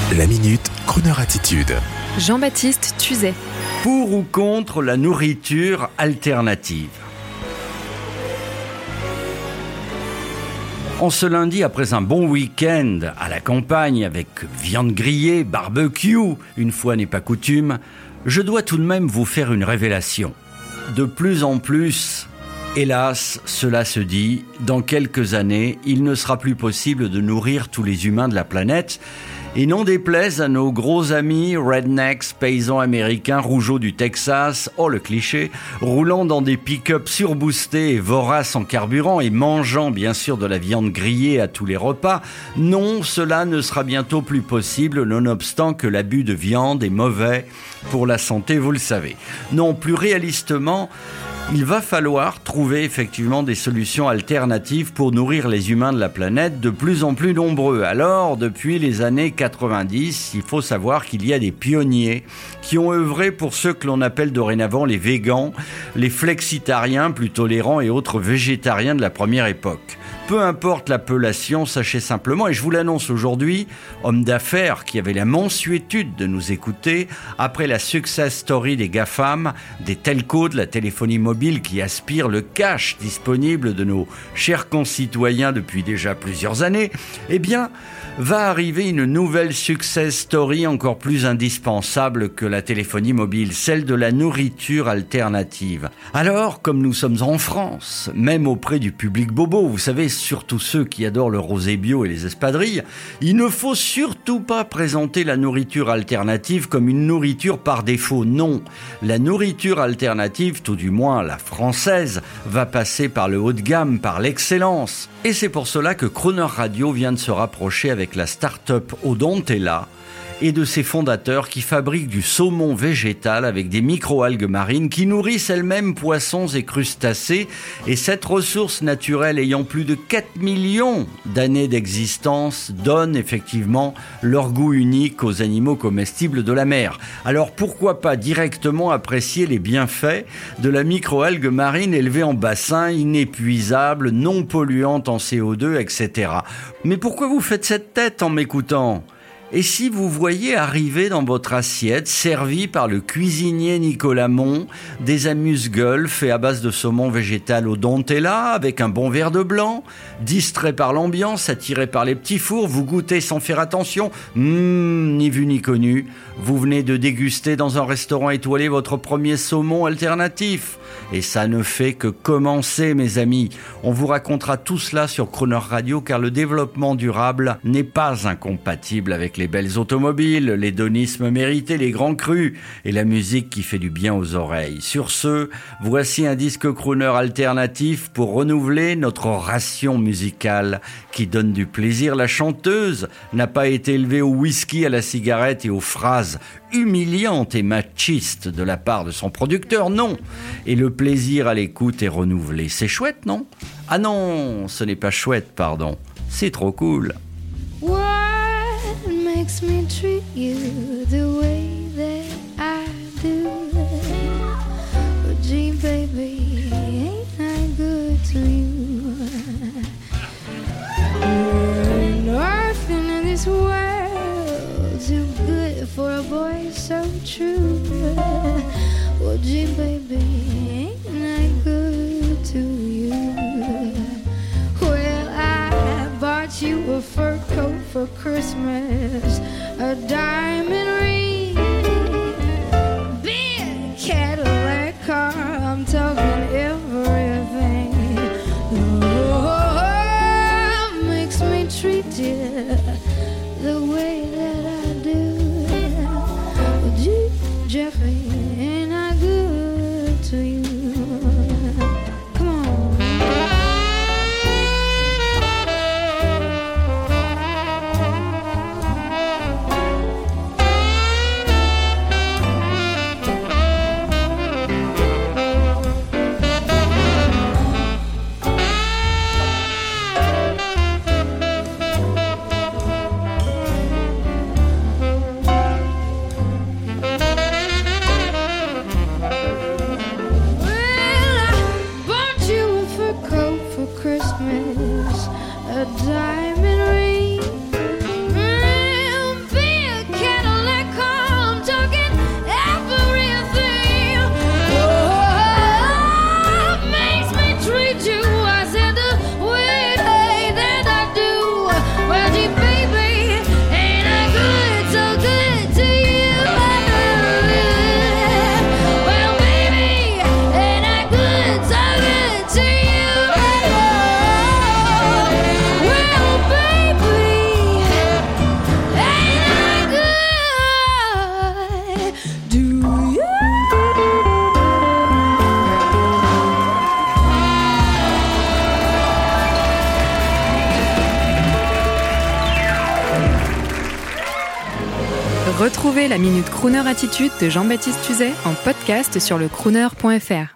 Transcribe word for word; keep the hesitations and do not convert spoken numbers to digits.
La Minute, Crooner Attitude. Jean-Baptiste Tuzet. Pour ou contre la nourriture alternative? En ce lundi, après un bon week-end à la campagne avec viande grillée, barbecue, une fois n'est pas coutume, je dois tout de même vous faire une révélation. De plus en plus, hélas, cela se dit, dans quelques années, il ne sera plus possible de nourrir tous les humains de la planète. Et n'en déplaise à nos gros amis rednecks, paysans américains, rougeaux du Texas, oh le cliché, roulant dans des pick-up surboostés et voraces en carburant et mangeant bien sûr de la viande grillée à tous les repas, non, cela ne sera bientôt plus possible, nonobstant que l'abus de viande est mauvais pour la santé, vous le savez. Non, plus réalistement, il va falloir trouver effectivement des solutions alternatives pour nourrir les humains de la planète de plus en plus nombreux. Alors, depuis les années quatre-vingt-dix, il faut savoir qu'il y a des pionniers qui ont œuvré pour ceux que l'on appelle dorénavant les végans, les flexitariens plus tolérants et autres végétariens de la première époque. Peu importe l'appellation, sachez simplement, et je vous l'annonce aujourd'hui, homme d'affaires qui avait la mansuétude de nous écouter, après la success story des GAFAM, des telcos, de la téléphonie mobile qui aspirent le cash disponible de nos chers concitoyens depuis déjà plusieurs années, eh bien, va arriver une nouvelle success story encore plus indispensable que la téléphonie mobile, celle de la nourriture alternative. Alors, comme nous sommes en France, même auprès du public bobo, vous savez, surtout ceux qui adorent le rosé bio et les espadrilles, il ne faut surtout pas présenter la nourriture alternative comme une nourriture par défaut. Non, la nourriture alternative, tout du moins la française, va passer par le haut de gamme, par l'excellence. Et c'est pour cela que Crooner Radio vient de se rapprocher avec la start-up Odontella et de ses fondateurs qui fabriquent du saumon végétal avec des micro-algues marines qui nourrissent elles-mêmes poissons et crustacés. Et cette ressource naturelle ayant plus de quatre millions d'années d'existence donne effectivement leur goût unique aux animaux comestibles de la mer. Alors pourquoi pas directement apprécier les bienfaits de la micro-algue marine élevée en bassin, inépuisable, non polluante en C O deux, et cetera. Mais pourquoi vous faites cette tête en m'écoutant ? Et si vous voyez arriver dans votre assiette, servi par le cuisinier Nicolas Mont, des amuse-gueules faits à base de saumon végétal Odontella, avec un bon verre de blanc, distrait par l'ambiance, attiré par les petits fours, vous goûtez sans faire attention, mmh, ni vu ni connu, vous venez de déguster dans un restaurant étoilé votre premier saumon alternatif. Et ça ne fait que commencer, mes amis. On vous racontera tout cela sur Crooner Radio, car le développement durable n'est pas incompatible avec les belles automobiles, l'hédonisme mérité, les grands crus et la musique qui fait du bien aux oreilles. Sur ce, voici un disque crooner alternatif pour renouveler notre ration musicale qui donne du plaisir. La chanteuse n'a pas été élevée au whisky, à la cigarette et aux phrases humiliantes et machistes de la part de son producteur, non. Et le plaisir à l'écoute est renouvelé. C'est chouette, non ? Ah non, ce n'est pas chouette, pardon. C'est trop cool. Makes me treat you the way that I do. Oh, gee, baby, ain't I good to you? Nothing in this world too good for a boy so true. Oh, gee, baby, ain't I good to you? Well, I bought you a fur coat for Christmas, a diamond ring, big Cadillac car, I'm talking everything. Oh, makes me treat you the way that I do. Oh, gee, Jeffrey, ain't I good to you? Retrouvez la Minute Crooner Attitude de Jean-Baptiste Tuzet en podcast sur le crooner point f r.